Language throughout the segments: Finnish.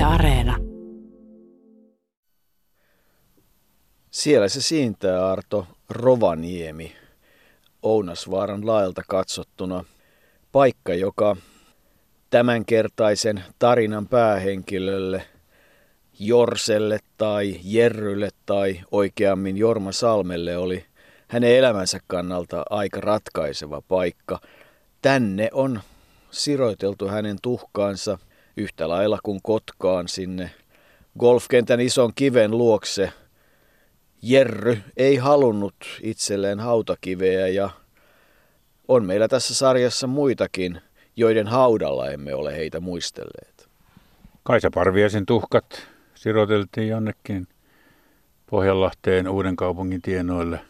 Areena. Siellä se siintää, Arto, Rovaniemi, Ounasvaaran laelta katsottuna. Paikka, joka tämänkertaisen tarinan päähenkilölle, Jorselle tai Jerrylle tai oikeammin Jorma Salmelle oli hänen elämänsä kannalta aika ratkaiseva paikka. Tänne on siroiteltu hänen tuhkaansa yhtä lailla kuin Kotkaan sinne golfkentän ison kiven luokse. Jerry ei halunnut itselleen hautakiveä ja on meillä tässä sarjassa muitakin, joiden haudalla emme ole heitä muistelleet. Kaisa Parviaisen tuhkat siroteltiin jonnekin Pohjanlahteen Uudenkaupungin tienoille.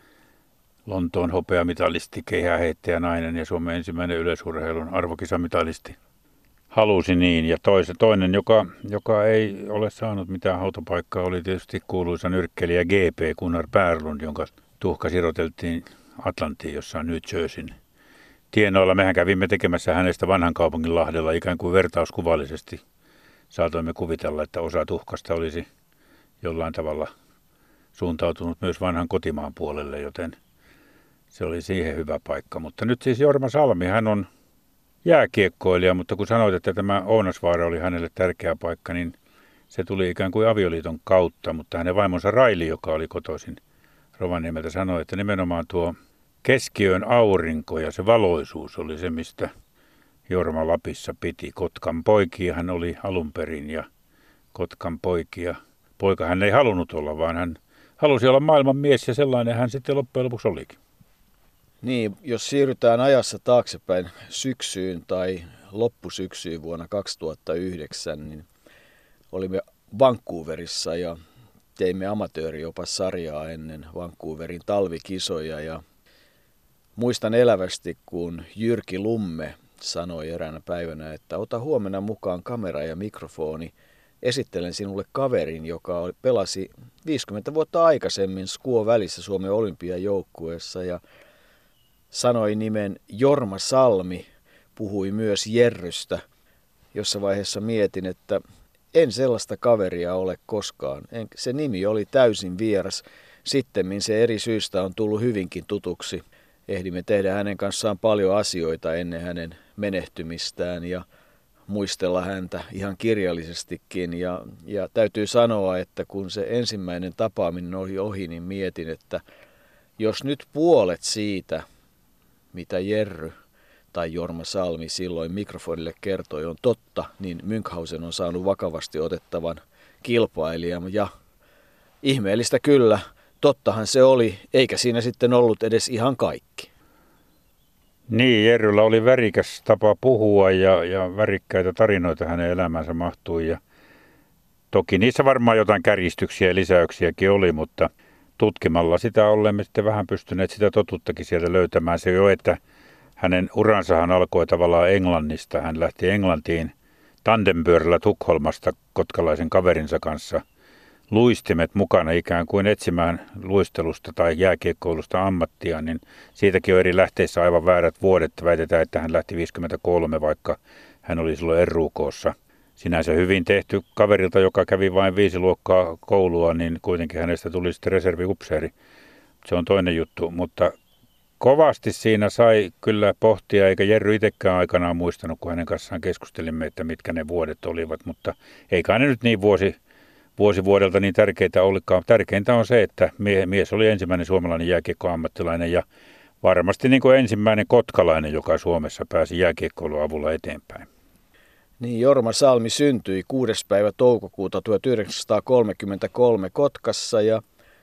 Lontoon hopeamitalisti, keihääheittäjä nainen ja Suomen ensimmäinen yleisurheilun arvokisamitalisti halusi niin. Ja toinen, joka ei ole saanut mitään hautapaikkaa, oli tietysti kuuluisa nyrkkeilijä GP Gunnar Bärlund, jonka tuhka siroteltiin Atlantiin jossain New Jerseyn tienoilla. Mehän kävimme tekemässä hänestä Vanhan kaupungin Lahdella ikään kuin vertauskuvallisesti. Saatoimme kuvitella, että osa tuhkasta olisi jollain tavalla suuntautunut myös vanhan kotimaan puolelle, joten se oli siihen hyvä paikka. Mutta nyt siis Jorma Salmi, hän on jääkiekkoilija, mutta kun sanoit, että tämä Ounasvaara oli hänelle tärkeä paikka, niin se tuli ikään kuin avioliiton kautta. Mutta hänen vaimonsa Raili, joka oli kotoisin Rovaniemeltä, sanoi, että nimenomaan tuo keskiöön aurinko ja se valoisuus oli se, mistä Jorma Lapissa piti. Kotkan poikia hän oli alun perin ja Kotkan poika hän ei halunnut olla, vaan hän halusi olla maailman mies ja sellainen hän sitten loppujen lopuksi olikin. Niin, jos siirrytään ajassa taaksepäin syksyyn tai loppusyksyyn vuonna 2009, niin olimme Vancouverissa ja teimme amatööriopasarjaa ennen Vancouverin talvikisoja. Ja muistan elävästi, kun Jyrki Lumme sanoi eräänä päivänä, että ota huomenna mukaan kamera ja mikrofoni. Esittelen sinulle kaverin, joka pelasi 50 vuotta aikaisemmin Skuo välissä Suomen olympiajoukkueessa ja sanoi nimen Jorma Salmi, puhui myös Jerrystä. Jossain vaiheessa mietin, että en sellaista kaveria ole koskaan. Se nimi oli täysin vieras. Sittemmin se eri syistä on tullut hyvinkin tutuksi. Ehdimme tehdä hänen kanssaan paljon asioita ennen hänen menehtymistään ja muistella häntä ihan kirjallisestikin. Ja täytyy sanoa, että kun se ensimmäinen tapaaminen oli ohi, niin mietin, että jos nyt puolet siitä, mitä Jerry tai Jorma Salmi silloin mikrofonille kertoi, on totta, niin Münchhausen on saanut vakavasti otettavan kilpailijan. Ja ihmeellistä kyllä, tottahan se oli, eikä siinä sitten ollut edes ihan kaikki. Niin, Jerryllä oli värikäs tapa puhua ja värikkäitä tarinoita hänen elämänsä mahtui. Ja toki niissä varmaan jotain kärjistyksiä ja lisäyksiäkin oli, mutta tutkimalla sitä olemme sitten vähän pystyneet sitä totuuttakin sieltä löytämään. Se jo, että hänen uransahan alkoi tavallaan Englannista. Hän lähti Englantiin tandempyörällä Tukholmasta kotkalaisen kaverinsa kanssa luistimet mukana ikään kuin etsimään luistelusta tai jääkiekkoilusta ammattia, niin siitäkin on eri lähteissä aivan väärät vuodet. Väitetään, että hän lähti 53, vaikka hän oli silloin RUK:ssa. Sinänsä hyvin tehty kaverilta, joka kävi vain 5 luokkaa koulua, niin kuitenkin hänestä tuli sitten reserviupseeri. Se on toinen juttu, mutta kovasti siinä sai kyllä pohtia, eikä Jerry itsekään aikanaan muistanut, kun hänen kanssaan keskustelimme, että mitkä ne vuodet olivat, mutta eikä ne nyt niin vuosi vuodelta niin tärkeitä olikaan. Tärkeintä on se, että mies oli ensimmäinen suomalainen jääkiekkoammattilainen ja varmasti niin kuin ensimmäinen kotkalainen, joka Suomessa pääsi jääkiekkoilun avulla eteenpäin. Niin, Jorma Salmi syntyi 6. päivä toukokuuta 1933 Kotkassa ja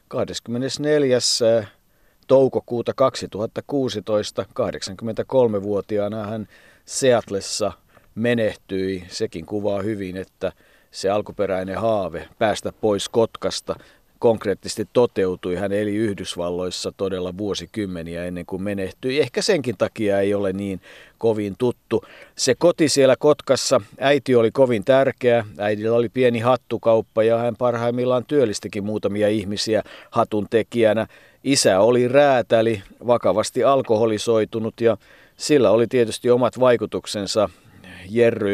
24. toukokuuta 2016 83-vuotiaana hän Seatlessa menehtyi. Sekin kuvaa hyvin, että se alkuperäinen haave päästä pois Kotkasta konkreettisesti toteutui. Hän eli Yhdysvalloissa todella vuosikymmeniä ennen kuin menehtyi. Ehkä senkin takia ei ole niin kovin tuttu. Se koti siellä Kotkassa, äiti oli kovin tärkeä. Äidillä oli pieni hattukauppa ja hän parhaimmillaan työllistikin muutamia ihmisiä hatun tekijänä. Isä oli räätäli, vakavasti alkoholisoitunut ja sillä oli tietysti omat vaikutuksensa Jerryyn.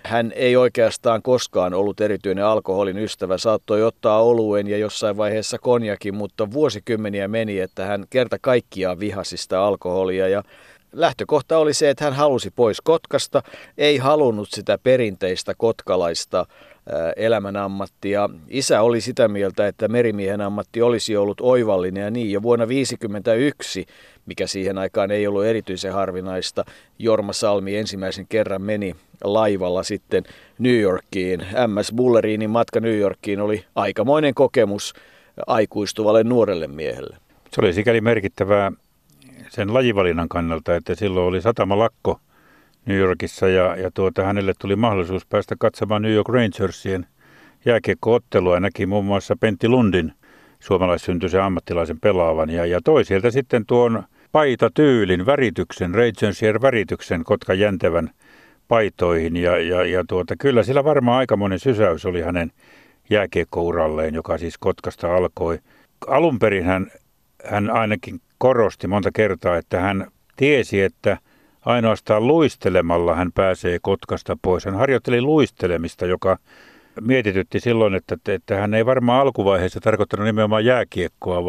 Hän ei oikeastaan koskaan ollut erityinen alkoholin ystävä, saattoi ottaa oluen ja jossain vaiheessa konjakin, mutta vuosikymmeniä meni, että hän kerta kaikkiaan vihasi sitä alkoholia ja lähtökohta oli se, että hän halusi pois Kotkasta, ei halunnut sitä perinteistä kotkalaista elämänammattia. Isä oli sitä mieltä, että merimiehen ammatti olisi ollut oivallinen ja niin jo vuonna 1951, mikä siihen aikaan ei ollut erityisen harvinaista, Jorma Salmi ensimmäisen kerran meni laivalla sitten New Yorkiin. MS Bullerinin matka New Yorkiin oli aikamoinen kokemus aikuistuvalle nuorelle miehelle. Se oli sikäli merkittävää sen lajivalinnan kannalta, että silloin oli satamalakko New Yorkissa ja hänelle tuli mahdollisuus päästä katsomaan New York Rangersien jääkiekko-ottelua ja näki muun muassa Pentti Lundin suomalaissyntyisen ammattilaisen pelaavan ja toi sieltä sitten tuon paitatyylin, värityksen, Rangersien värityksen Kotkan Jäntevän paitoihin ja kyllä sillä varmaan aikamoinen sysäys oli hänen jääkiekkouralleen, joka siis Kotkasta alkoi. Alun perin hän ainakin korosti monta kertaa, että hän tiesi, että ainoastaan luistelemalla hän pääsee Kotkasta pois. Hän harjoitteli luistelemista, joka mietitytti silloin, että hän ei varmaan alkuvaiheessa tarkoittanut nimenomaan jääkiekkoa,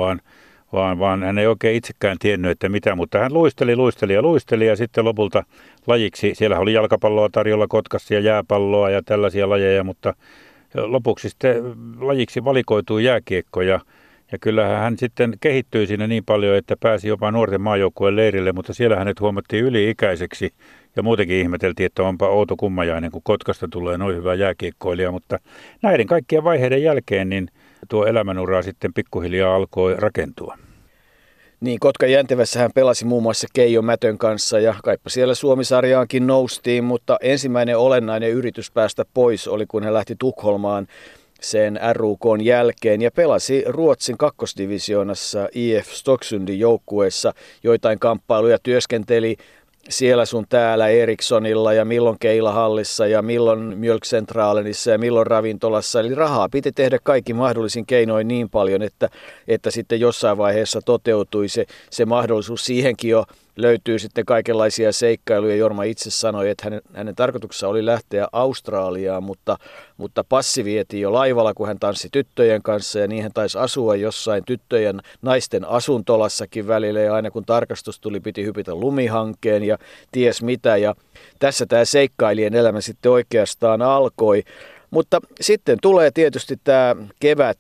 vaan hän ei oikein itsekään tiennyt, että mitä, mutta hän luisteli ja sitten lopulta lajiksi, siellä oli jalkapalloa tarjolla Kotkassa ja jääpalloa ja tällaisia lajeja, mutta lopuksi sitten lajiksi valikoitui jääkiekko ja kyllähän hän sitten kehittyi siinä niin paljon, että pääsi jopa nuorten maajoukkueen leirille, mutta siellä hänet huomattiin yli-ikäiseksi ja muutenkin ihmeteltiin, että onpa outo kummajainen, kun Kotkasta tulee noin hyvä jääkiekkoilija, mutta näiden kaikkien vaiheiden jälkeen niin tuo elämänura sitten pikkuhiljaa alkoi rakentua. Niin, Kotkan Jäntevässä hän pelasi muun muassa Keijo Mätön kanssa ja kaipa siellä Suomi-sarjaankin noustiin, mutta ensimmäinen olennainen yritys päästä pois oli, kun hän lähti Tukholmaan sen RUK:n jälkeen ja pelasi Ruotsin kakkosdivisioonassa IF Stocksundin joukkueessa. Joitain kamppailuja työskenteli siellä sun täällä Erikssonilla ja milloin Keilahallissa ja milloin Mjölkcentralenissa ja milloin ravintolassa. Eli rahaa piti tehdä kaikki mahdollisin keinoin niin paljon, että sitten jossain vaiheessa toteutui se mahdollisuus. Siihenkin jo löytyy sitten kaikenlaisia seikkailuja. Jorma itse sanoi, että hänen tarkoituksessa oli lähteä Australiaan, mutta passi vietiin jo laivalla, kun hän tanssi tyttöjen kanssa ja niin hän taisi asua jossain tyttöjen naisten asuntolassakin välillä ja aina kun tarkastus tuli, piti hypitä lumihankkeen ja ties mitä ja tässä tämä seikkailijan elämä sitten oikeastaan alkoi. Mutta sitten tulee tietysti tämä kevät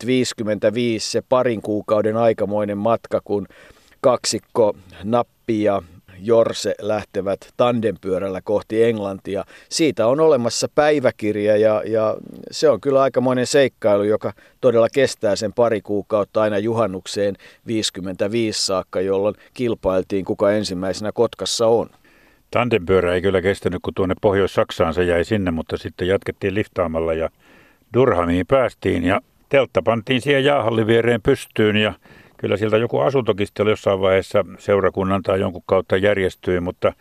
55, se parin kuukauden aikamoinen matka, kun kaksikko Nappi ja Jorse lähtevät tandempyörällä kohti Englantia. Siitä on olemassa päiväkirja ja se on kyllä aikamoinen seikkailu, joka todella kestää sen pari kuukautta aina juhannukseen 55 saakka, jolloin kilpailtiin kuka ensimmäisenä Kotkassa on. Tandempyörä ei kyllä kestänyt, kun tuonne Pohjois-Saksaan se jäi sinne, mutta sitten jatkettiin liftaamalla ja Durhamiin päästiin ja teltta pantiin siihen jäähallin viereen pystyyn ja kyllä sieltä joku asuntokin sitten jossain vaiheessa seurakunnan tai jonkun kautta järjestyi, mutta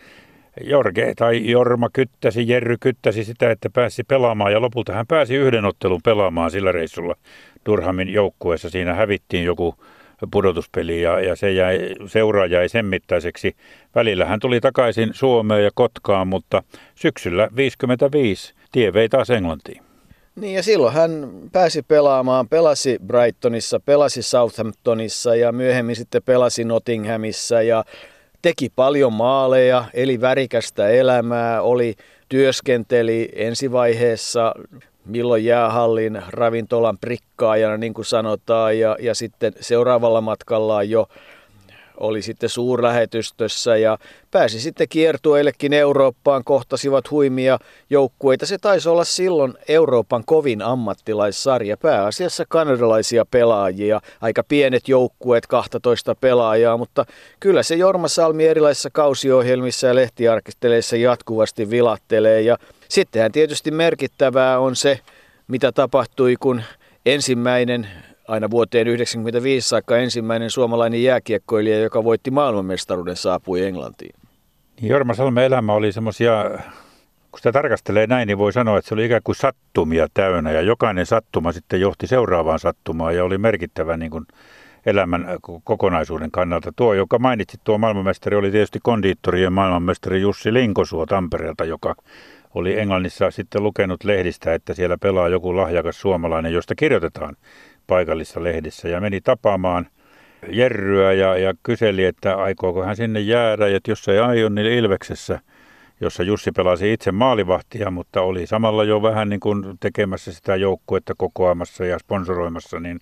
Jerry kyttäsi sitä, että pääsi pelaamaan ja lopulta hän pääsi yhden ottelun pelaamaan sillä reissulla Durhamin joukkueessa. Siinä hävittiin joku pudotuspeli ja seura jäi sen mittaiseksi. Välillä hän tuli takaisin Suomeen ja Kotkaan, mutta syksyllä 55 tie vei taas Englantiin. Niin ja silloin hän pääsi pelaamaan, pelasi Brightonissa, pelasi Southamptonissa ja myöhemmin sitten pelasi Nottinghamissa ja teki paljon maaleja, eli värikästä elämää, työskenteli ensivaiheessa milloin jäähallin ravintolan prikkaajana niin kuin sanotaan ja sitten seuraavalla matkallaan jo oli sitten suurlähetystössä ja pääsi sitten kiertueillekin Eurooppaan, kohtasivat huimia joukkueita. Se taisi olla silloin Euroopan kovin ammattilaissarja, pääasiassa kanadalaisia pelaajia, aika pienet joukkueet, 12 pelaajaa, mutta kyllä se Jorma Salmi erilaisissa kausiohjelmissa ja lehtiarkisteleissä jatkuvasti vilattelee ja sittenhän tietysti merkittävää on se, mitä tapahtui, kun ensimmäinen aina vuoteen 1995 saakka ensimmäinen suomalainen jääkiekkoilija, joka voitti maailmanmestaruuden, saapui Englantiin. Jorma Salmen elämä oli semmoisia, kun sitä tarkastelee näin, niin voi sanoa, että se oli ikään kuin sattumia täynnä ja jokainen sattuma sitten johti seuraavaan sattumaan ja oli merkittävä niin kuin elämän kokonaisuuden kannalta. Tuo, joka mainitsit, tuo maailmanmestari oli tietysti kondiittorien maailmanmestari Jussi Linkosuo Tampereelta, joka oli Englannissa sitten lukenut lehdistä, että siellä pelaa joku lahjakas suomalainen, josta kirjoitetaan paikallisissa lehdissä. Ja meni tapaamaan Jerryä ja kyseli, että aikooko hän sinne jäädä. Ja jos ei aio, niin Ilveksessä, jossa Jussi pelasi itse maalivahtia, mutta oli samalla jo vähän niin kuin tekemässä sitä joukkuetta kokoamassa ja sponsoroimassa, niin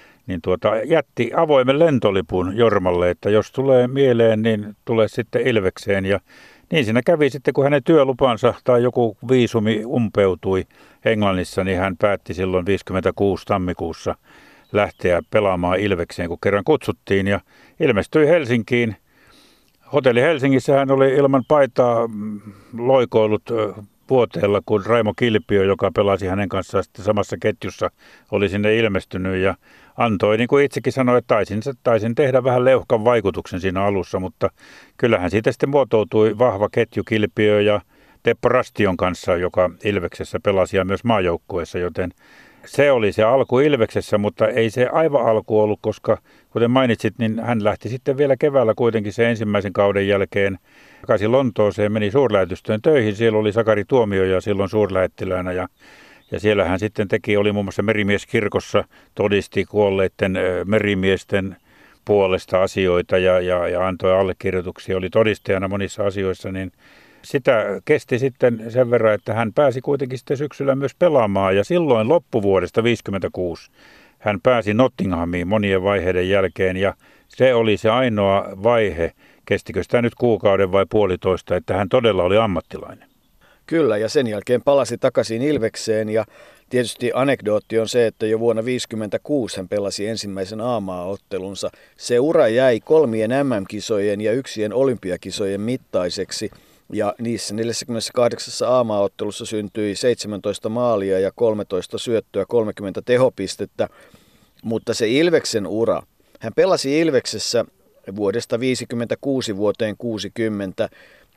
jätti avoimen lentolipun Jormalle, että jos tulee mieleen, niin tulee sitten Ilvekseen. Ja niin siinä kävi sitten, kun hänen työlupansa tai joku viisumi umpeutui Englannissa, niin hän päätti silloin 56 tammikuussa lähteä pelaamaan Ilvekseen, kun kerran kutsuttiin, ja ilmestyi Helsinkiin. Hotelli Helsingissä hän oli ilman paitaa loikoillut vuoteella, kun Raimo Kilpiö, joka pelasi hänen kanssaan sitten samassa ketjussa, oli sinne ilmestynyt ja antoi, niin kuin itsekin sanoi, että taisin tehdä vähän leuhkan vaikutuksen siinä alussa, mutta kyllähän siitä sitten muotoutui vahva ketju Kilpiö ja Teppo Rastion kanssa, joka Ilveksessä pelasi ja myös maajoukkueessa, joten se oli se alku Ilveksessä, mutta ei se aivan alku ollut, koska kuten mainitsit, niin hän lähti sitten vielä keväällä kuitenkin sen ensimmäisen kauden jälkeen takaisin Lontooseen, meni suurlähetystöön töihin. Siellä oli Sakari Tuomioja silloin suurlähettiläänä ja siellä hän sitten oli muun muassa merimieskirkossa, todisti kuolleiden merimiesten puolesta asioita ja antoi allekirjoituksia, oli todistajana monissa asioissa, niin sitä kesti sitten sen verran, että hän pääsi kuitenkin sitten syksyllä myös pelaamaan ja silloin loppuvuodesta 1956 hän pääsi Nottinghamiin monien vaiheiden jälkeen ja se oli se ainoa vaihe, kestikö sitä nyt kuukauden vai puolitoista, että hän todella oli ammattilainen. Kyllä, ja sen jälkeen palasi takaisin Ilvekseen ja tietysti anekdootti on se, että jo vuonna 1956 hän pelasi ensimmäisen A-maaottelunsa. Se ura jäi 3 MM-kisojen ja 1 olympiakisojen mittaiseksi. Ja niissä 48 A-maaottelussa syntyi 17 maalia ja 13 syöttöä, 30 tehopistettä. Mutta se Ilveksen ura, hän pelasi Ilveksessä vuodesta 1956 vuoteen 60,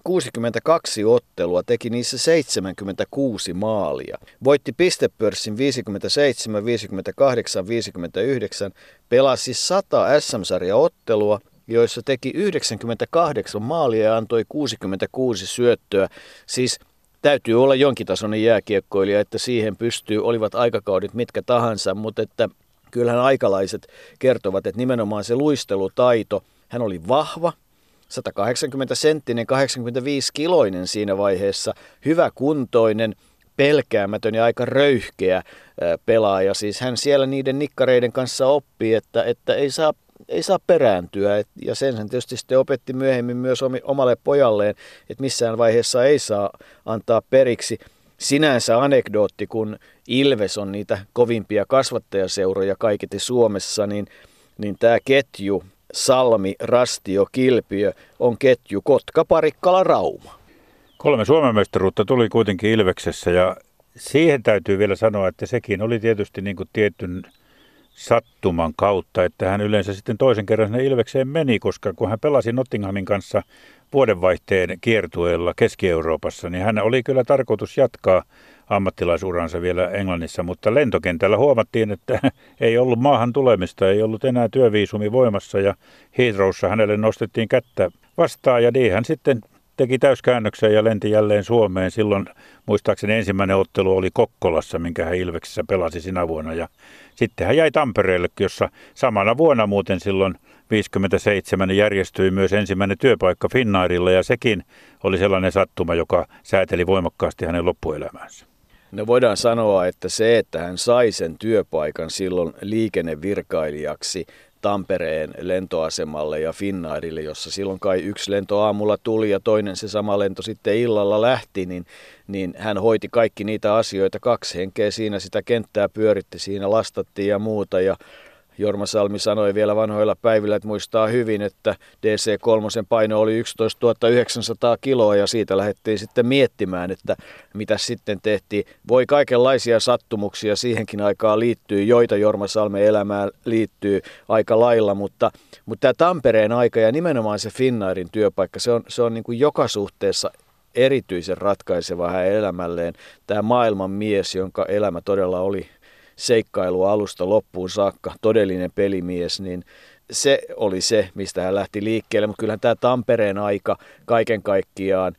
62 ottelua, teki niissä 76 maalia. Voitti pistepörssin 57, 58, 59, pelasi 100 SM-sarjaottelua, joissa teki 98 maalia ja antoi 66 syöttöä. Siis täytyy olla jonkitasoinen jääkiekkoilija, että siihen pystyy, olivat aikakaudet mitkä tahansa, mutta että kyllähän aikalaiset kertovat, että nimenomaan se luistelutaito, hän oli vahva, 180-senttinen, 85-kiloinen siinä vaiheessa, hyväkuntoinen, pelkäämätön ja aika röyhkeä pelaaja. Siis hän siellä niiden nikkareiden kanssa oppii, että ei saa perääntyä, ja sen hän tietysti sitten opetti myöhemmin myös omalle pojalleen, että missään vaiheessa ei saa antaa periksi. Sinänsä anekdootti, kun Ilves on niitä kovimpia kasvattajaseuroja kaiketi Suomessa, niin tämä ketju Salmi, Rastio, Kilpiö on ketju Kotka, Parikkala, Rauma. 3 Suomen mestaruutta tuli kuitenkin Ilveksessä ja siihen täytyy vielä sanoa, että sekin oli tietysti niin kuin tietyn sattuman kautta, että hän yleensä sitten toisen kerran sinne Ilvekseen meni, koska kun hän pelasi Nottinghamin kanssa vuodenvaihteen kiertueella Keski-Euroopassa, niin hän oli kyllä tarkoitus jatkaa ammattilaisuransa vielä Englannissa, mutta lentokentällä huomattiin, että ei ollut maahan tulemista, ei ollut enää työviisumi voimassa ja Heathrowssa hänelle nostettiin kättä vastaan ja niin hän sitten teki täyskäännöksen ja lenti jälleen Suomeen. Silloin muistaakseni ensimmäinen ottelu oli Kokkolassa, minkä hän Ilveksessä pelasi sinä vuonna. Ja sitten hän jäi Tampereelle, jossa samana vuonna muuten silloin 57 järjestyi myös ensimmäinen työpaikka Finnairilla. Ja sekin oli sellainen sattuma, joka sääteli voimakkaasti hänen loppuelämäänsä. No voidaan sanoa, että se, että hän sai sen työpaikan silloin liikennevirkailijaksi Tampereen lentoasemalle ja Finnairille, jossa silloin kai 1 lento aamulla tuli ja toinen se sama lento sitten illalla lähti, niin hän hoiti kaikki niitä asioita. 2 henkeä siinä sitä kenttää pyöritti, siinä lastattiin ja muuta. Ja Jorma Salmi sanoi vielä vanhoilla päivillä, että muistaa hyvin, että DC-3 paino oli 11 900 kiloa ja siitä lähdettiin sitten miettimään, että mitä sitten tehtiin. Voi kaikenlaisia sattumuksia siihenkin aikaan liittyy, joita Jorma Salmen elämään liittyy aika lailla, mutta tämä Tampereen aika ja nimenomaan se Finnairin työpaikka, se on niin kuin joka suhteessa erityisen ratkaiseva hänen elämälleen. Tämä maailman mies, jonka elämä todella oli seikkailua alusta loppuun saakka, todellinen pelimies, niin se oli se, mistä hän lähti liikkeelle. Mutta kyllähän tämä Tampereen aika kaiken kaikkiaan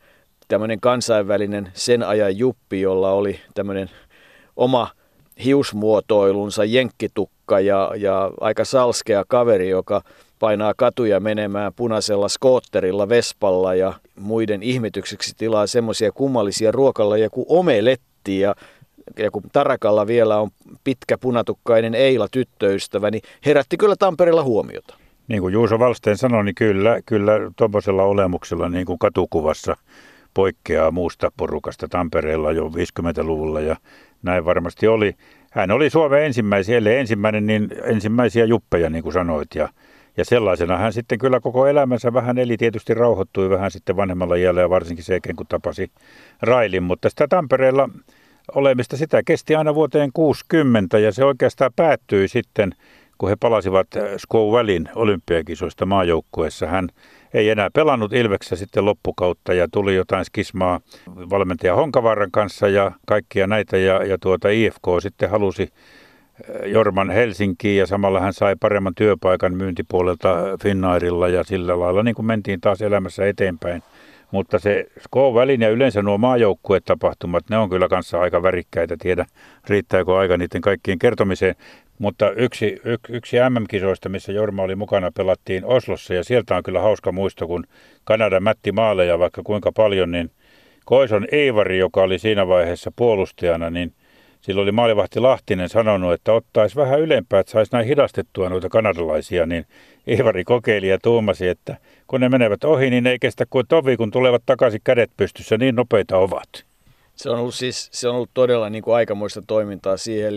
tämmöinen kansainvälinen sen ajan juppi, jolla oli tämmöinen oma hiusmuotoilunsa, jenkkitukka ja aika salskea kaveri, joka painaa katuja menemään punaisella skootterilla, Vespalla ja muiden ihmetykseksi tilaa semmoisia kummallisia ruokalajeja kuin omeletti ja kun Tarakalla vielä on pitkä punatukkainen Eila tyttöystävä, niin herätti kyllä Tampereella huomiota. Niin kuin Juuso Valsteen sanoi, niin kyllä tuollaisella olemuksella niin kuin katukuvassa poikkeaa muusta porukasta Tampereella jo 50-luvulla ja näin varmasti oli. Hän oli Suomen ensimmäinen, niin ensimmäisiä juppeja, niin kuin sanoit, ja sellaisena hän sitten kyllä koko elämänsä vähän eli, tietysti rauhoittui vähän sitten vanhemmalla iällä ja varsinkin sen jälkeen, kun tapasi Railin, mutta sitä Tampereella olemista sitä kesti aina vuoteen 60 ja se oikeastaan päättyi sitten, kun he palasivat Squaw Valleyn olympiakisoista maajoukkueessa. Hän ei enää pelannut Ilveksessä sitten loppukautta ja tuli jotain skismaa valmentaja Honkavaaran kanssa ja kaikkia näitä ja IFK sitten halusi Jorman Helsinkiin ja samalla hän sai paremman työpaikan myyntipuolelta Finnairilla ja sillä lailla niin kuin mentiin taas elämässä eteenpäin. Mutta se Squaw Valleyn ja yleensä nuo maajoukkuetapahtumat, ne on kyllä kanssa aika värikkäitä. Tiedä, riittääkö aika niiden kaikkien kertomiseen. Mutta yksi MM-kisoista, missä Jorma oli mukana, pelattiin Oslossa ja sieltä on kyllä hauska muisto, kun Kanada mätti maaleja vaikka kuinka paljon, niin Koison Eivari, joka oli siinä vaiheessa puolustajana, niin silloin oli maalivahti Lahtinen sanonut, että ottaisi vähän ylempää, että saisi näin hidastettua noita kanadalaisia, niin Eivari kokeili ja tuumasi, että kun ne menevät ohi, niin ei kestä kuin tovi, kun tulevat takaisin kädet pystyssä, niin nopeita ovat. Se on ollut todella niin kuin aikamoista toimintaa. Siihen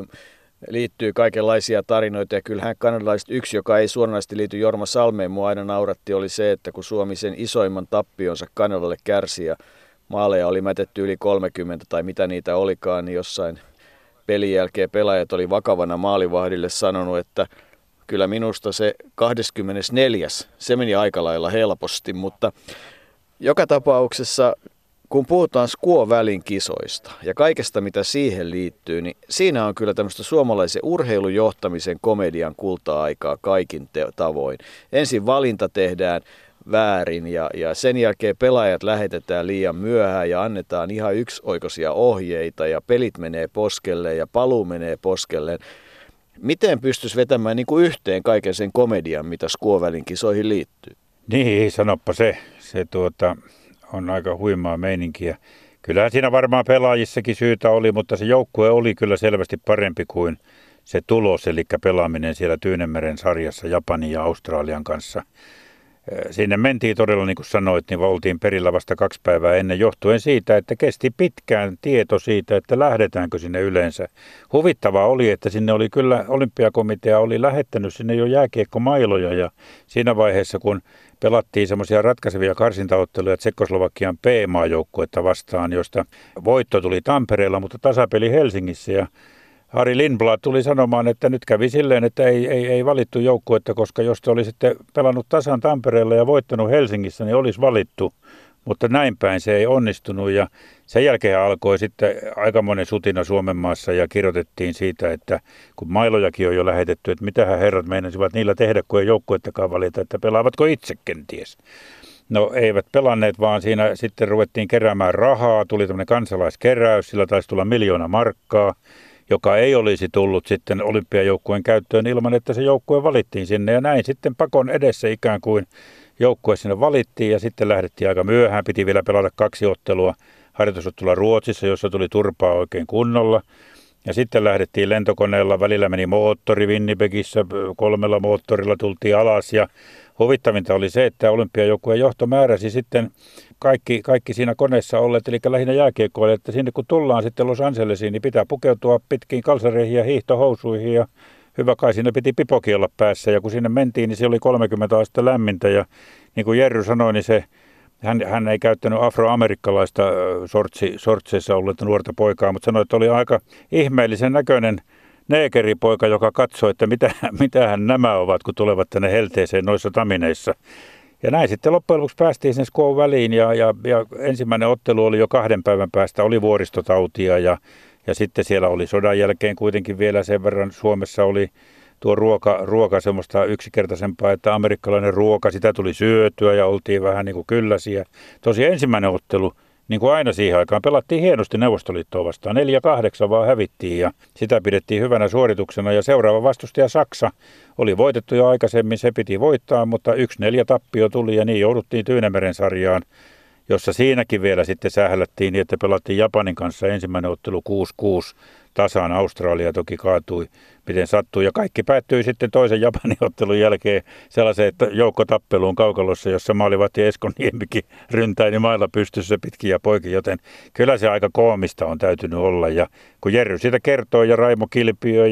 liittyy kaikenlaisia tarinoita ja kyllähän kanadalaiset yksi, joka ei suoranaisesti liity Jorma Salmeen, mua aina nauratti, oli se, että kun Suomi sen isoimman tappionsa Kanadalle kärsi ja maaleja oli mätetty yli 30 tai mitä niitä olikaan, niin jossain pelin jälkeen pelaajat oli vakavana maalivahdille sanonut, että kyllä minusta se 24. se meni aika lailla helposti, mutta joka tapauksessa kun puhutaan Squaw Valleyn kisoista ja kaikesta mitä siihen liittyy, niin siinä on kyllä tämmöistä suomalaisen urheilujohtamisen komedian kulta-aikaa kaikin tavoin. Ensin valinta tehdään väärin ja sen jälkeen pelaajat lähetetään liian myöhään ja annetaan ihan yksioikoisia ohjeita ja pelit menee poskelleen ja paluu menee poskelleen. Miten pystyisi vetämään niin kuin yhteen kaiken sen komedian, mitä Squaw Valleyn kisoihin liittyy? Niin, sanoppa se on aika huimaa meininkiä. Kyllähän siinä varmaan pelaajissakin syytä oli, mutta se joukkue oli kyllä selvästi parempi kuin se tulos, eli pelaaminen siellä Tyynenmeren sarjassa Japanin ja Australian kanssa. Sinne mentiin todella, niin kuin sanoit, niin oltiin perillä vasta 2 päivää ennen johtuen siitä, että kesti pitkään tieto siitä, että lähdetäänkö sinne yleensä. Huvittavaa oli, että sinne oli kyllä olympiakomitea oli lähettänyt sinne jo jääkiekkomailoja ja siinä vaiheessa, kun pelattiin semmoisia ratkaisevia karsintaotteluja Tsekkoslovakian P-maajoukkuetta vastaan, josta voitto tuli Tampereella, mutta tasapeli Helsingissä ja Harri Lindblad tuli sanomaan, että nyt kävi silleen, että ei valittu joukkuetta, koska jos te olisitte pelannut tasan Tampereella ja voittanut Helsingissä, niin olisi valittu. Mutta näin päin se ei onnistunut ja sen jälkeen alkoi sitten aikamoinen sutina Suomen maassa ja kirjoitettiin siitä, että kun mailojakin on jo lähetetty, että mitähän herrat meinasivat niillä tehdä, kun ei joukkuettakaan valita, että pelaavatko itse kenties. No eivät pelanneet, vaan siinä sitten ruvettiin keräämään rahaa, tuli tämmöinen kansalaiskeräys, sillä taisi tulla 1 000 000 markkaa. Joka ei olisi tullut sitten olympiajoukkueen käyttöön ilman, että se joukkue valittiin sinne. Ja näin sitten pakon edessä ikään kuin joukkue sinne valittiin ja sitten lähdettiin aika myöhään. Piti vielä pelata 2 ottelua harjoitusottelua Ruotsissa, jossa tuli turpaa oikein kunnolla. Ja sitten lähdettiin lentokoneella, välillä meni moottori Winnipegissä, 3 moottorilla tultiin alas ja huvittavinta oli se, että olympiajoukkueen johto määräsi sitten kaikki siinä koneessa olleet, eli lähinnä jääkiekkoille, että sinne kun tullaan sitten Los Angelesiin, niin pitää pukeutua pitkiin kalsareihin ja hiihtohousuihin ja hyvä kai siinä piti pipokin olla päässä ja kun sinne mentiin, niin se oli 30 astetta lämmintä ja niin kuin Jerry sanoi, niin hän ei käyttänyt afroamerikkalaista sortseissa ollutta nuorta poikaa, mutta sanoi, että oli aika ihmeellisen näköinen neekeripoika, joka katsoi, että mitähän nämä ovat, kun tulevat tänne helteeseen noissa tamineissa. Ja näin sitten loppujen lopuksi päästiin sen Squaw Valleyin ja ensimmäinen ottelu oli jo 2 päivän päästä, oli vuoristotautia ja sitten siellä oli sodan jälkeen kuitenkin vielä sen verran Suomessa oli tuo ruoka semmoista yksinkertaisempaa, että amerikkalainen ruoka, sitä tuli syötyä ja oltiin vähän niin kuin kylläisiä. Tosiaan ensimmäinen ottelu, niin kuin aina siihen aikaan, pelattiin hienosti Neuvostoliittoa vastaan. 4-8 vaan hävittiin ja sitä pidettiin hyvänä suorituksena. Ja seuraava vastustaja Saksa oli voitettu jo aikaisemmin, se piti voittaa, mutta 1-4 tappio tuli ja niin jouduttiin Tyynemeren sarjaan, jossa siinäkin vielä sitten sählättiin niin, että pelattiin Japanin kanssa ensimmäinen ottelu 6-6 tasaan. Australia toki kaatui miten sattui ja kaikki päättyi sitten toisen Japanin ottelun jälkeen sellaiseen joukkotappeluun kaukalossa, jossa maalivahti Esko Niemikin ryntäili mailla pystyssä pitkin ja poikin, joten kyllä se aika koomista on täytynyt olla. Ja kun Jerry siitä kertoo ja Raimo Kilpiö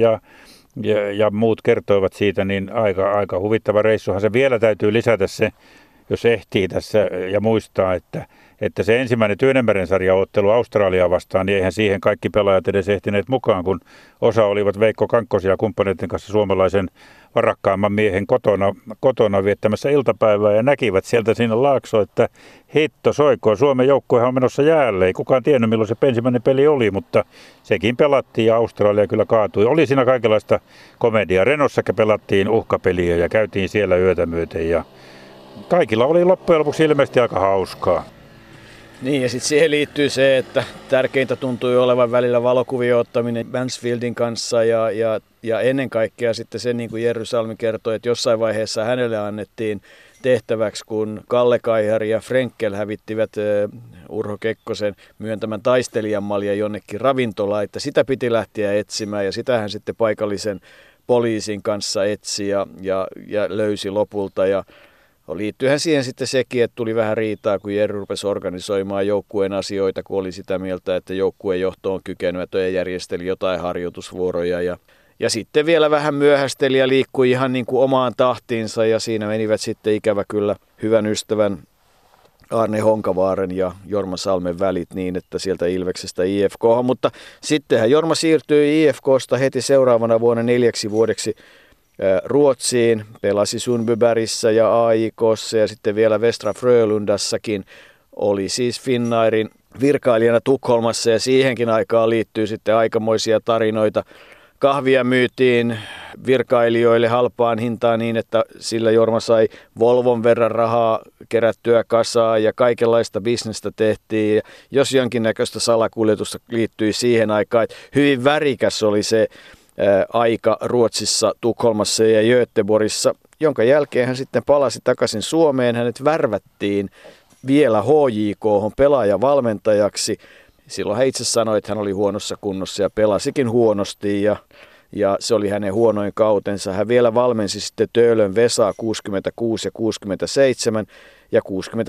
ja muut kertoivat siitä, niin aika huvittava reissuhan se vielä täytyy lisätä se, jos ehtii tässä ja muistaa, että se ensimmäinen Tyynemeren sarjaottelu Australiaa vastaan, niin eihän siihen kaikki pelaajat edes ehtineet mukaan, kun osa olivat Veikko Kankkosen ja kumppaneiden kanssa suomalaisen varakkaamman miehen kotona viettämässä iltapäivää ja näkivät sieltä siinä laakso, että hitto soikoon, Suomen joukkuehan on menossa jäälle. Ei kukaan tiennyt, milloin se ensimmäinen peli oli, mutta sekin pelattiin ja Australia kyllä kaatui. Oli siinä kaikenlaista komediaa. Renossakin pelattiin uhkapeliä ja käytiin siellä yötä myöten ja kaikilla oli loppujen lopuksi ilmeisesti aika hauskaa. Niin ja sitten siihen liittyy se, että tärkeintä tuntui olevan välillä valokuvien ottaminen Mansfieldin kanssa ja ennen kaikkea sitten se, niin kuin Jerry Salmi kertoi, että jossain vaiheessa hänelle annettiin tehtäväksi, kun Kalle Kaihari ja Frenkel hävittivät Urho Kekkosen myöntämän taistelijan malja jonnekin ravintolaan, että sitä piti lähteä etsimään ja sitähän sitten paikallisen poliisin kanssa etsi ja löysi lopulta ja liittyyhän siihen sitten sekin, että tuli vähän riitaa, kun Jerry rupesi organisoimaan joukkueen asioita, kun oli sitä mieltä, että joukkueen johto on kykenemätön ja järjesteli jotain harjoitusvuoroja. Ja sitten vielä vähän myöhästeli ja liikkui ihan niin kuin omaan tahtiinsa ja siinä menivät sitten ikävä kyllä hyvän ystävän Arne Honkavaaren ja Jorma Salmen välit niin, että sieltä Ilveksestä IFK:han. Mutta sittenhän Jorma siirtyi IFK:sta heti seuraavana vuonna 4 vuodeksi Ruotsiin, pelasi Sundbybergissä ja AIK:ssa ja sitten vielä Västra Frölundassakin, oli siis Finnairin virkailijana Tukholmassa ja siihenkin aikaan liittyy sitten aikamoisia tarinoita. Kahvia myytiin virkailijoille halpaan hintaan niin, että sillä Jorma sai Volvon verran rahaa kerättyä kasaan ja kaikenlaista bisnestä tehtiin. Ja jos jonkinnäköistä salakuljetusta liittyi siihen aikaan, että hyvin värikäs oli se aika Ruotsissa, Tukholmassa ja Göteborgissa, jonka jälkeen hän sitten palasi takaisin Suomeen. Hänet värvättiin vielä HJK:hon pelaajavalmentajaksi. Silloin hän itse sanoi, että hän oli huonossa kunnossa ja pelasikin huonosti ja se oli hänen huonoin kautensa. Hän vielä valmensi sitten Töölön Vesaa 66 ja 67 ja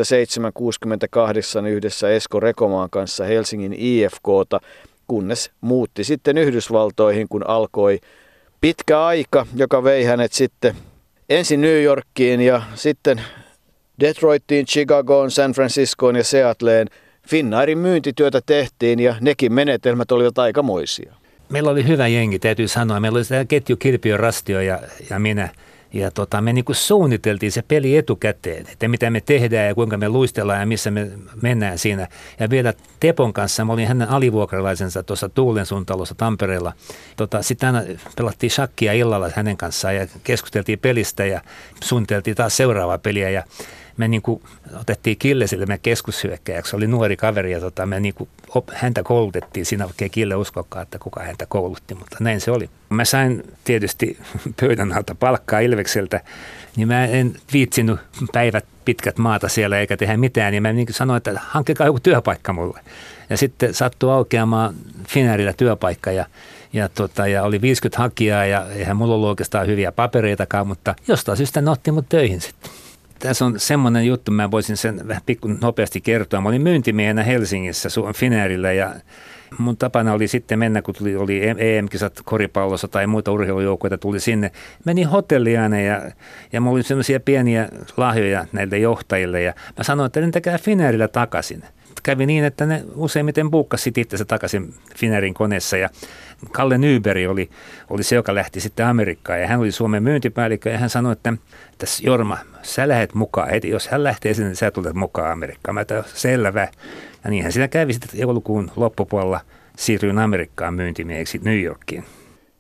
67-68 yhdessä Esko Rekomaan kanssa Helsingin IFK:ta. Kunnes muutti sitten Yhdysvaltoihin, kun alkoi pitkä aika, joka vei hänet sitten ensin New Yorkiin ja sitten Detroitiin, Chicagoon, San Franciscoon ja Seattleen. Finnairin myyntityötä tehtiin ja nekin menetelmät olivat aikamoisia. Meillä oli hyvä jengi, täytyy sanoa. Meillä oli tämä ketju Kilpiö, Rastio ja minä. Ja me niin kuin suunniteltiin se peli etukäteen, että mitä me tehdään ja kuinka me luistellaan ja missä me mennään siinä. Ja vielä Tepon kanssa, mä olin hänen alivuokralaisensa tuossa Tuulensuun talossa Tampereella. Sitten aina pelattiin shakkia illalla hänen kanssaan ja keskusteltiin pelistä ja suunniteltiin taas seuraavaa peliä. Ja me niin kuin otettiin Killesille meidän keskushyökkäjäksi, se oli nuori kaveri ja me niin kuin häntä koulutettiin. Siinä oikein Kille uskokaan, että kuka häntä koulutti, mutta näin se oli. Mä sain tietysti pöydän alta palkkaa Ilvekseltä, niin mä en viitsinyt päivät pitkät maata siellä eikä tehdä mitään, niin mä niin kuin sanoin, että hankkikaa joku työpaikka mulle. Ja sitten sattui aukeamaan Finnairilla työpaikka ja oli 50 hakijaa ja eihän mulla ollut oikeastaan hyviä papereitakaan, mutta jostain syystä ne otti mut töihin sitten. Tässä on semmoinen juttu, mä voisin sen vähän nopeasti kertoa. Mä olin myyntimiehenä Helsingissä Finnairilla ja mun tapana oli sitten mennä, kun oli EM-kisat koripallossa tai muita urheilujoukkoja tuli sinne. Menin hotelliin aina ja mulla oli semmoisia pieniä lahjoja näille johtajille ja mä sanoin, että lentäkää Finnairilla takaisin. Kävi niin, että ne useimmiten buukkasi itse takaisin Finnairin koneessa ja Kalle Nyberg oli se, joka lähti sitten Amerikkaan ja hän oli Suomen myyntipäällikkö ja hän sanoi, että Jorma, sä lähet mukaan heti, jos hän lähtee sinne, niin sä tulet mukaan Amerikkaan. Mä ajattelin, selvä. Ja niinhän siinä kävi sitten joulukuun loppupuolella siirryin Amerikkaan myyntimieheksi New Yorkiin.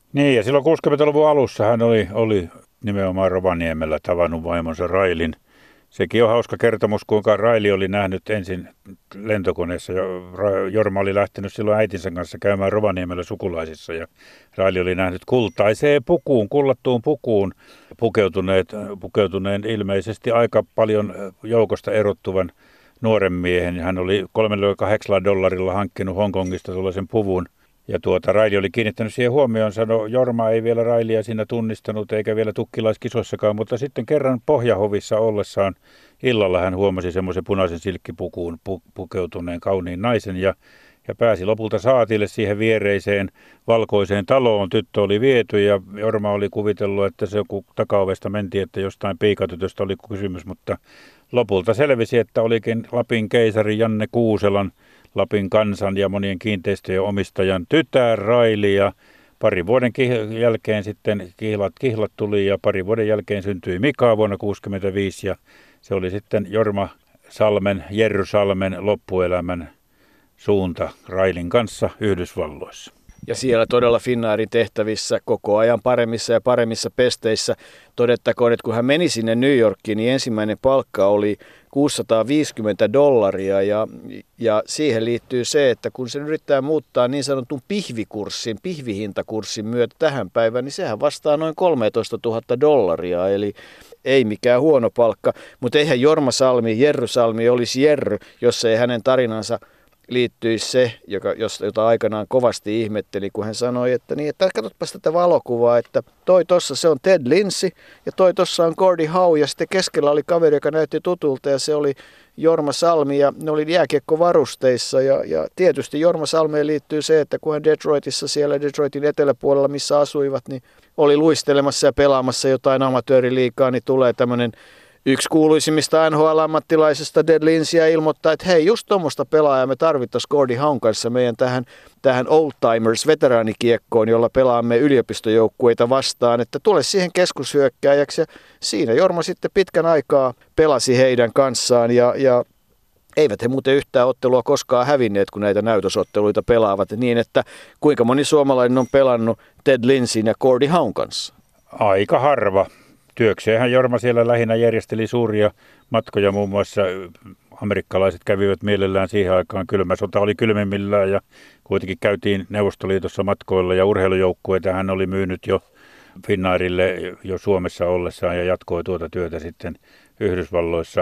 Niin, ja silloin 60-luvun alussa hän oli nimenomaan Rovaniemellä tavannut vaimonsa Railin. Sekin on hauska kertomus, kuinka Raili oli nähnyt ensin lentokoneessa. Jorma oli lähtenyt silloin äitinsä kanssa käymään Rovaniemellä sukulaisissa ja Raili oli nähnyt kultaiseen pukuun, kullattuun pukuun pukeutuneen ilmeisesti aika paljon joukosta erottuvan nuoren miehen. Hän oli $38 hankkinut Hongkongista tuollaisen puvun. Ja Raili oli kiinnittänyt siihen huomioon, sanoi, Jorma ei vielä Railia siinä tunnistanut eikä vielä tukkilaiskisossakaan, mutta sitten kerran Pohjahovissa ollessaan illalla hän huomasi semmoisen punaisen silkkipukuun pukeutuneen kauniin naisen ja pääsi lopulta saatille siihen viereiseen valkoiseen taloon. Tyttö oli viety ja Jorma oli kuvitellut, että se kun takaovesta mentiin, että jostain piikatytöstä oli kysymys, mutta lopulta selvisi, että olikin Lapin keisari Janne Kuuselan, Lapin kansan ja monien kiinteistöjen omistajan tytär Raili ja parin vuoden jälkeen sitten kihlat tuli ja parin vuoden jälkeen syntyi Mika vuonna 1965 ja se oli sitten Jerry Salmen loppuelämän suunta Railin kanssa Yhdysvalloissa. Ja siellä todella Finnairin tehtävissä koko ajan paremmissa ja paremmissa pesteissä. Todettakoon, että kun hän meni sinne New Yorkiin, niin ensimmäinen palkka oli $650 ja siihen liittyy se, että kun sen yrittää muuttaa niin sanotun pihvihintakurssin myötä tähän päivään, niin sehän vastaa noin $13,000, eli ei mikään huono palkka. Mutta eihän Jerry Salmi olisi Jerry, jos ei hänen tarinansa liittyisi se, jota aikanaan kovasti ihmetteli, kun hän sanoi, että katsotpas tätä valokuvaa, että toi tossa se on Ted Lindsay ja toi tossa on Gordie Howe ja sitten keskellä oli kaveri, joka näytti tutulta ja se oli Jorma Salmi ja ne oli jääkiekkovarusteissa ja tietysti Jorma Salmeen liittyy se, että kun hän Detroitissa siellä Detroitin eteläpuolella, missä asuivat, niin oli luistelemassa ja pelaamassa jotain amatööriliigaa, niin tulee tämmöinen yksi kuuluisimmista NHL-ammattilaisista Ted Lindsay ilmoittaa, että hei, just tuommoista pelaajaa me tarvittaisiin Gordie Howen kanssa meidän tähän Old Timers veteraanikiekoon, jolla pelaamme yliopistojoukkueita vastaan, että tule siihen keskushyökkääjäksi. Ja siinä Jorma sitten pitkän aikaa pelasi heidän kanssaan ja eivät he muuten yhtään ottelua koskaan hävinneet, kun näitä näytösotteluita pelaavat niin, että kuinka moni suomalainen on pelannut Ted Lindsayn ja Gordie Howen kanssa? Aika harva. Työkseenhän Jorma siellä lähinnä järjesteli suuria matkoja, muun muassa amerikkalaiset kävivät mielellään siihen aikaan. Kylmä sota oli kylmimmillään ja kuitenkin käytiin Neuvostoliitossa matkoilla ja urheilujoukkueita hän oli myynyt jo Finnairille jo Suomessa ollessaan ja jatkoi tuota työtä sitten Yhdysvalloissa.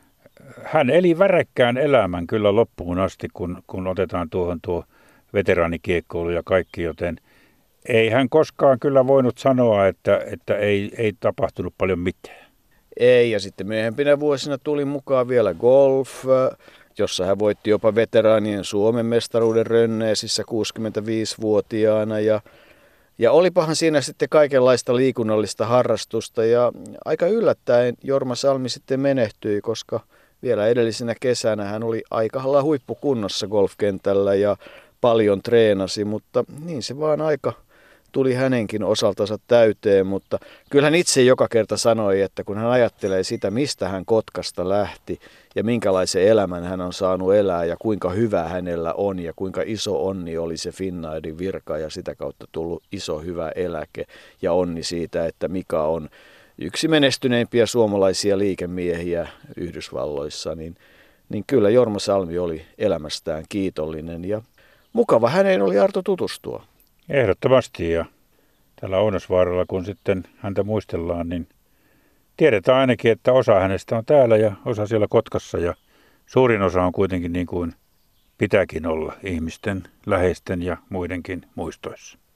Hän eli väräkkään elämän kyllä loppuun asti, kun otetaan tuo veteraanikiekkoilu ja kaikki, joten ei hän koskaan kyllä voinut sanoa, että ei tapahtunut paljon mitään. Ei, ja sitten myöhempinä vuosina tuli mukaan vielä golf, jossa hän voitti jopa veteraanien Suomen mestaruuden Rönneesissä 65-vuotiaana. Ja olipahan siinä sitten kaikenlaista liikunnallista harrastusta, ja aika yllättäen Jorma Salmi sitten menehtyi, koska vielä edellisenä kesänä hän oli aika huippukunnossa golfkentällä ja paljon treenasi, mutta niin se vaan aika tuli hänenkin osaltansa täyteen, mutta kyllä hän itse joka kerta sanoi, että kun hän ajattelee sitä, mistä hän Kotkasta lähti ja minkälaisen elämän hän on saanut elää ja kuinka hyvä hänellä on ja kuinka iso onni oli se Finnairin virka ja sitä kautta tullut iso hyvä eläke ja onni siitä, että Mika on yksi menestyneimpiä suomalaisia liikemiehiä Yhdysvalloissa, niin kyllä Jorma Salmi oli elämästään kiitollinen ja mukava häneen oli Arto tutustua. Ehdottomasti ja tällä Ounosvaaralla kun sitten häntä muistellaan, niin tiedetään ainakin, että osa hänestä on täällä ja osa siellä Kotkassa ja suurin osa on kuitenkin niin kuin pitääkin olla ihmisten, läheisten ja muidenkin muistoissa.